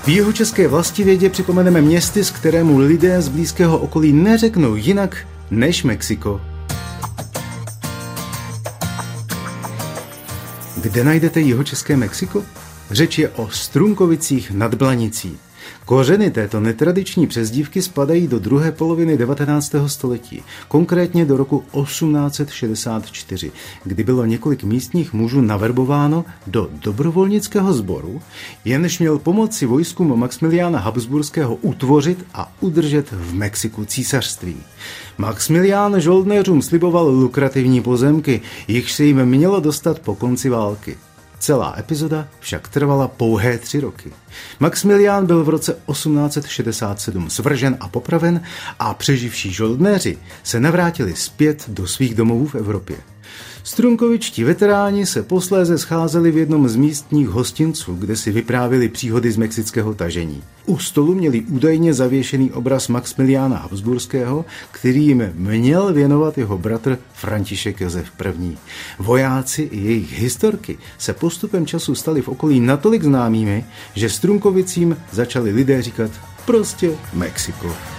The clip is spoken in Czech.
V jihočeské vlastivědě připomeneme městy, z kterému lidé z blízkého okolí neřeknou jinak než Mexiko. Kde najdete jihočeské Mexiko? Řeč je o Strunkovicích nad Blanicí. Kořeny této netradiční přezdívky spadají do druhé poloviny 19. století, konkrétně do roku 1864, kdy bylo několik místních mužů naverbováno do dobrovolnického sboru, jenž měl pomoci vojskům Maxmiliána Habsburského utvořit a udržet v Mexiku císařství. Maxmilián žoldnéřům sliboval lukrativní pozemky, jichž se jim mělo dostat po konci války. Celá epizoda však trvala pouhé 3 roky. Maxmilián byl v roce 1867 svržen a popraven a přeživší žoldnéři se navrátili zpět do svých domovů v Evropě. Strunkovičtí veteráni se posléze scházeli v jednom z místních hostinců, kde si vyprávěli příhody z mexického tažení. U stolu měli údajně zavěšený obraz Maxmiliána Habsburského, který jim měl věnovat jeho bratr František Josef I. Vojáci i jejich historky se postupem času stali v okolí natolik známými, že Strunkovicím začali lidé říkat prostě Mexiko.